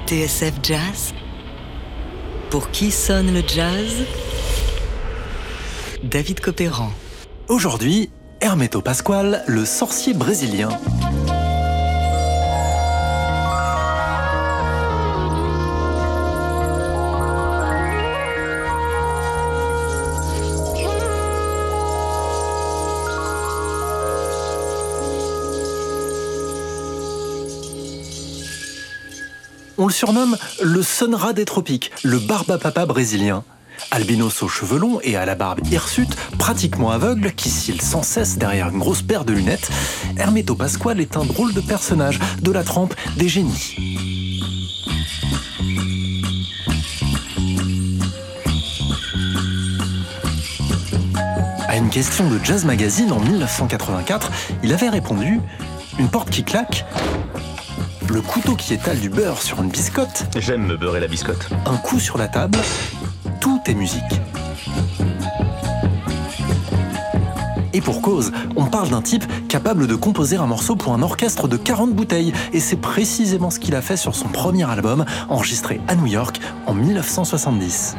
TSF Jazz. Pour qui sonne le jazz? David Copéran. Aujourd'hui, Hermeto Pascoal, le sorcier brésilien. On le surnomme le Sun-Ra des tropiques, le barbapapa brésilien. Albinos aux cheveux longs et à la barbe hirsute, pratiquement aveugle, qui cille sans cesse derrière une grosse paire de lunettes, Hermeto Pascoal est un drôle de personnage, de la trempe des génies. À une question de Jazz Magazine en 1984, il avait répondu « Une porte qui claque ?» Le couteau qui étale du beurre sur une biscotte. J'aime me beurrer la biscotte. Un coup sur la table, tout est musique. Et pour cause, on parle d'un type capable de composer un morceau pour un orchestre de 40 bouteilles. Et c'est précisément ce qu'il a fait sur son premier album, enregistré à New York en 1970.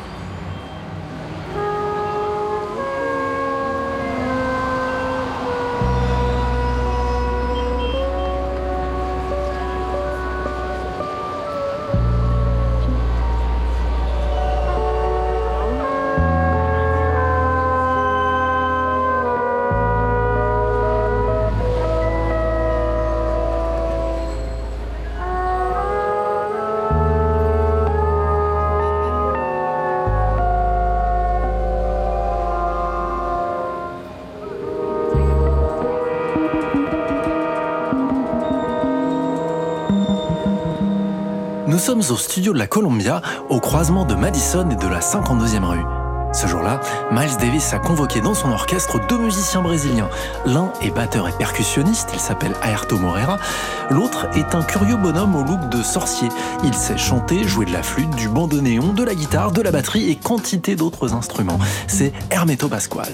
Nous sommes au studio de la Columbia, au croisement de Madison et de la 52e rue. Ce jour-là, Miles Davis a convoqué dans son orchestre deux musiciens brésiliens. L'un est batteur et percussionniste, il s'appelle Airto Moreira. L'autre est un curieux bonhomme au look de sorcier. Il sait chanter, jouer de la flûte, du bandoneon, de la guitare, de la batterie et quantité d'autres instruments. C'est Hermeto Pascoal.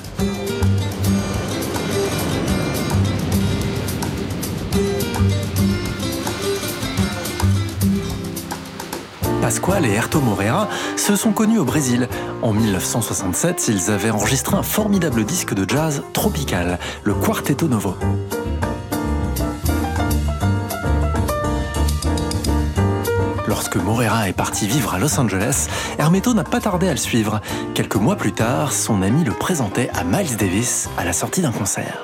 Pascoal et Airto Moreira se sont connus au Brésil. En 1967, ils avaient enregistré un formidable disque de jazz tropical, le Quarteto Novo. Lorsque Moreira est parti vivre à Los Angeles, Hermeto n'a pas tardé à le suivre. Quelques mois plus tard, son ami le présentait à Miles Davis à la sortie d'un concert.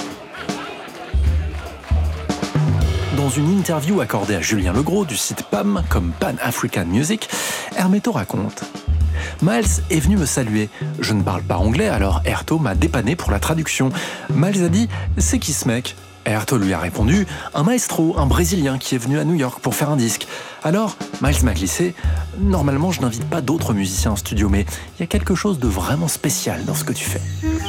Dans une interview accordée à Julien Legros du site PAM, comme Pan African Music, Hermeto raconte « Miles est venu me saluer. Je ne parle pas anglais, alors Airto m'a dépanné pour la traduction. Miles a dit « C'est qui ce mec ?» Airto lui a répondu « Un maestro, un Brésilien qui est venu à New York pour faire un disque. » Alors, Miles m'a glissé « Normalement, je n'invite pas d'autres musiciens en studio, mais il y a quelque chose de vraiment spécial dans ce que tu fais. »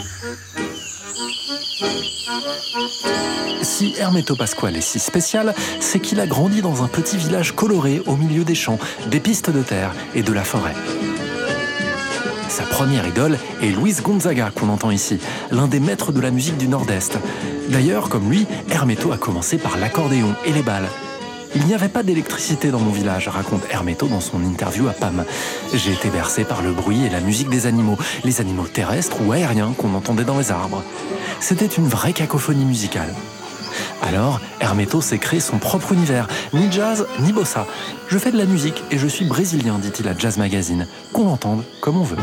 Si Hermeto Pascoal est si spécial, c'est qu'il a grandi dans un petit village coloré au milieu des champs, des pistes de terre et de la forêt. Sa première idole est Luis Gonzaga, qu'on entend ici, l'un des maîtres de la musique du Nord-Est. D'ailleurs, comme lui, Hermeto a commencé par l'accordéon et les balles. Il n'y avait pas d'électricité dans mon village, raconte Hermeto dans son interview à PAM. J'ai été bercé par le bruit et la musique des animaux, les animaux terrestres ou aériens qu'on entendait dans les arbres. C'était une vraie cacophonie musicale. Alors, Hermeto s'est créé son propre univers, ni jazz, ni bossa. Je fais de la musique et je suis brésilien, dit-il à Jazz Magazine. Qu'on l'entende comme on veut.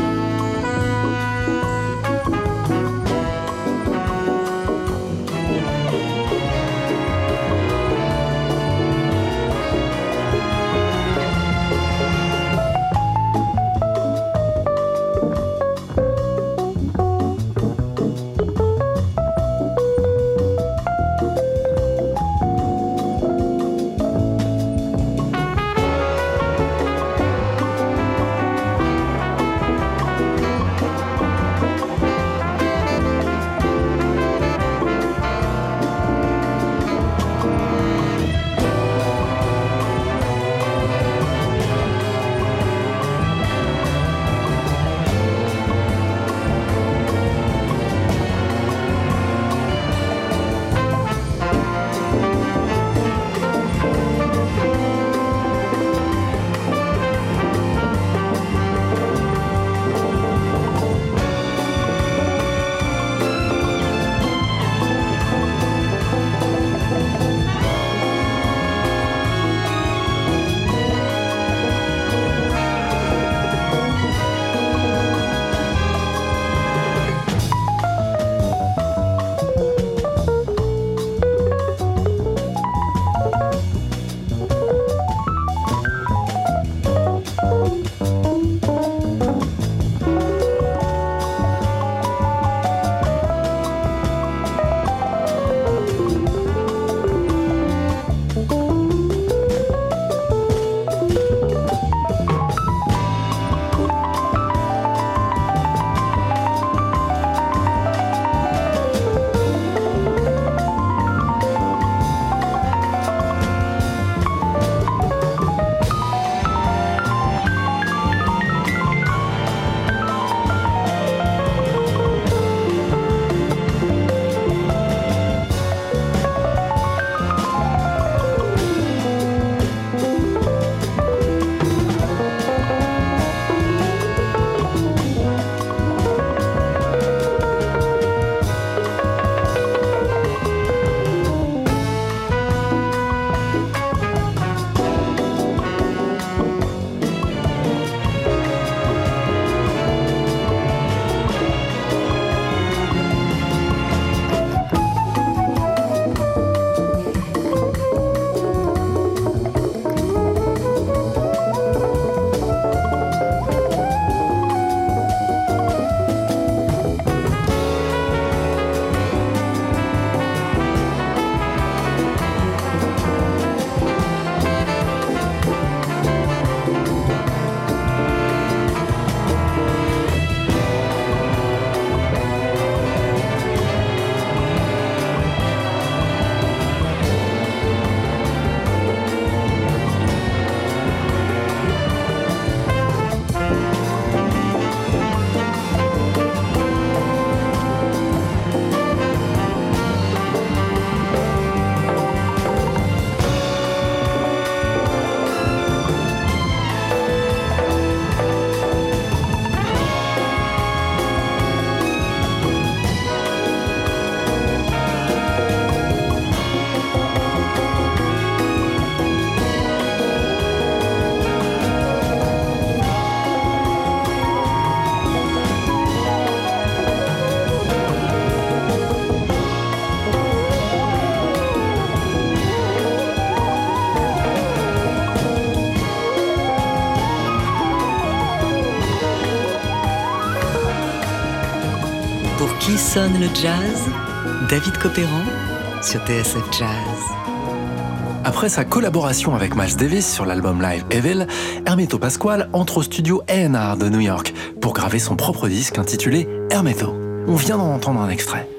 sonne le jazz? David Copéran sur TSF Jazz. Après sa collaboration avec Miles Davis sur l'album live Evil, Hermeto Pascoal entre au studio A&R de New York pour graver son propre disque intitulé Hermeto. On vient d'en entendre un extrait.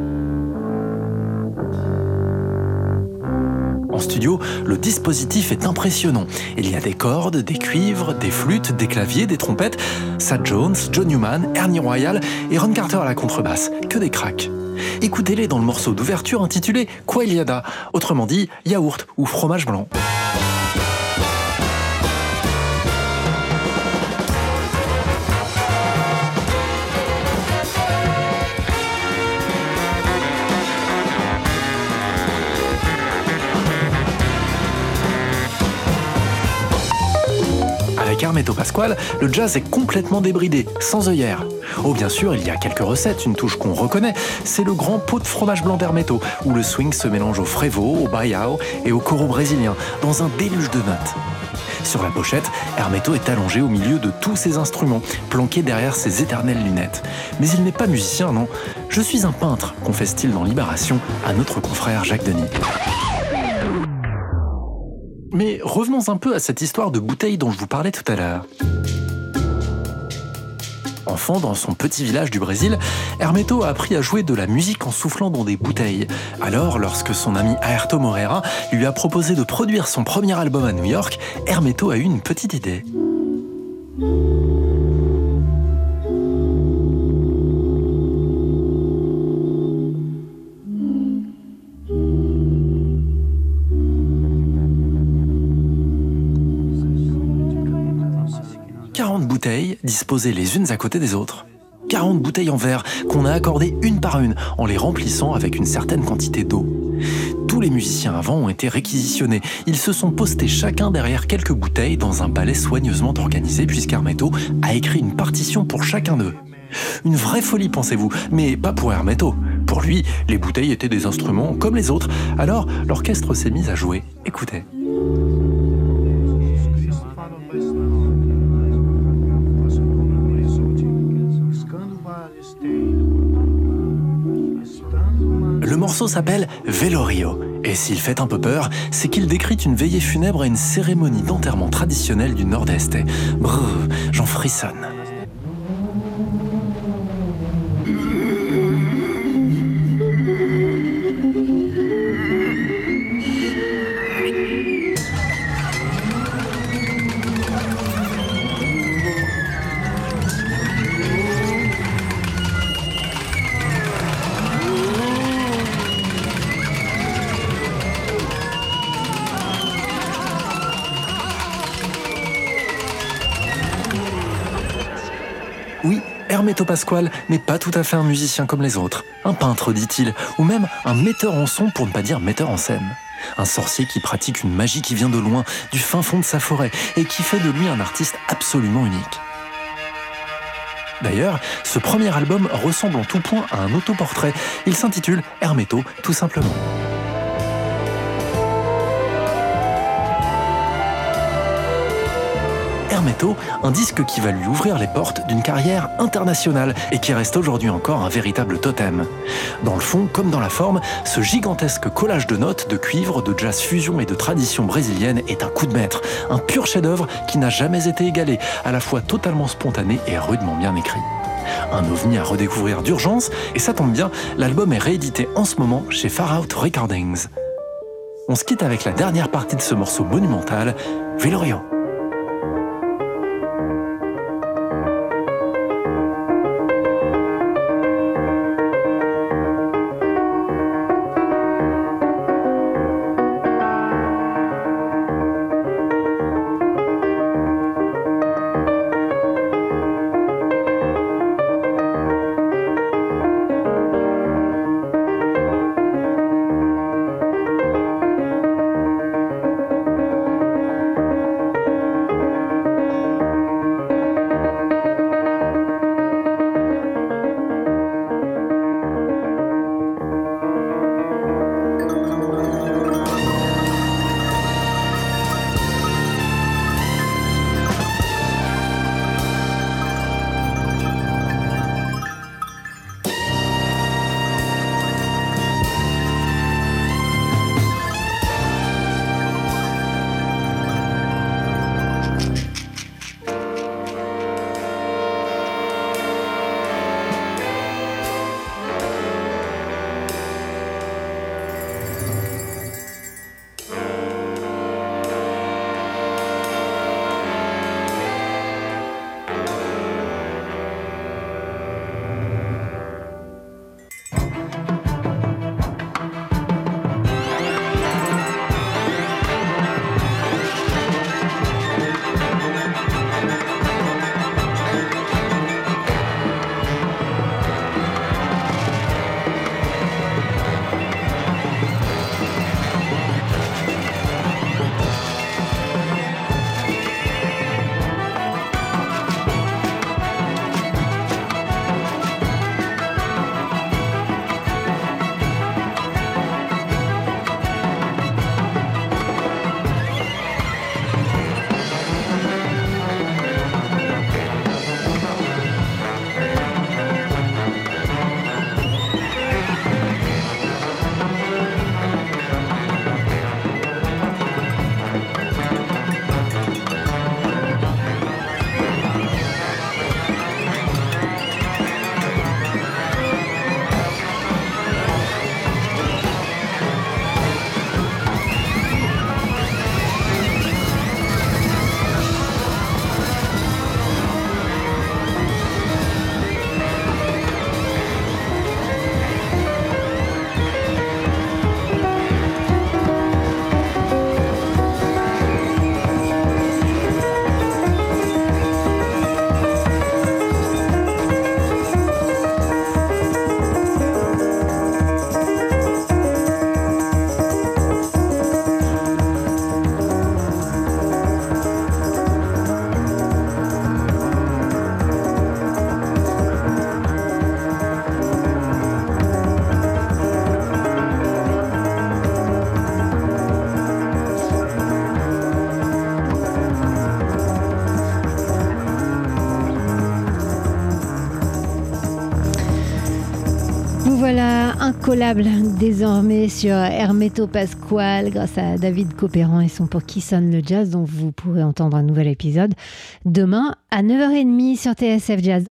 En studio, le dispositif est impressionnant. Il y a des cordes, des cuivres, des flûtes, des claviers, des trompettes, Thad Jones, John Newman, Ernie Royal et Ron Carter à la contrebasse. Que des cracks. Écoutez-les dans le morceau d'ouverture intitulé Quailiada, autrement dit yaourt ou fromage blanc. Avec Hermeto Pascoal, le jazz est complètement débridé, sans œillères. Oh bien sûr, il y a quelques recettes, une touche qu'on reconnaît, c'est le grand pot de fromage blanc d'Hermeto, où le swing se mélange au frevo, au baião et au coro brésilien, dans un déluge de notes. Sur la pochette, Hermeto est allongé au milieu de tous ses instruments, planqué derrière ses éternelles lunettes. Mais il n'est pas musicien, non. Je suis un peintre, confesse-t-il dans Libération à notre confrère Jacques Denis. Mais revenons un peu à cette histoire de bouteille dont je vous parlais tout à l'heure. Enfant, dans son petit village du Brésil, Hermeto a appris à jouer de la musique en soufflant dans des bouteilles. Alors, lorsque son ami Airto Moreira lui a proposé de produire son premier album à New York, Hermeto a eu une petite idée. Bouteilles disposées les unes à côté des autres. 40 bouteilles en verre qu'on a accordées une par une en les remplissant avec une certaine quantité d'eau. Tous les musiciens avant ont été réquisitionnés. Ils se sont postés chacun derrière quelques bouteilles dans un ballet soigneusement organisé puisqu'Hermeto a écrit une partition pour chacun d'eux. Une vraie folie, pensez-vous, mais pas pour Hermeto. Pour lui, les bouteilles étaient des instruments comme les autres. Alors, l'orchestre s'est mis à jouer. Écoutez. Le morceau s'appelle Velorio, et s'il fait un peu peur, c'est qu'il décrit une veillée funèbre à une cérémonie d'enterrement traditionnelle du Nord-Est. Brrr, j'en frissonne. Oui, Hermeto Pascoal n'est pas tout à fait un musicien comme les autres. Un peintre, dit-il, ou même un metteur en son pour ne pas dire metteur en scène. Un sorcier qui pratique une magie qui vient de loin, du fin fond de sa forêt, et qui fait de lui un artiste absolument unique. D'ailleurs, ce premier album ressemble en tout point à un autoportrait. Il s'intitule Hermeto, tout simplement. Hermeto, un disque qui va lui ouvrir les portes d'une carrière internationale et qui reste aujourd'hui encore un véritable totem. Dans le fond, comme dans la forme, ce gigantesque collage de notes, de cuivre, de jazz fusion et de tradition brésilienne est un coup de maître, un pur chef-d'œuvre qui n'a jamais été égalé, à la fois totalement spontané et rudement bien écrit. Un ovni à redécouvrir d'urgence, et ça tombe bien, l'album est réédité en ce moment chez Far Out Recordings. On se quitte avec la dernière partie de ce morceau monumental, Velorio. incollable désormais sur Hermeto Pasquale grâce à David Copéran et son Pour qui sonne le jazz, dont vous pourrez entendre un nouvel épisode demain à 9h30 sur TSF Jazz.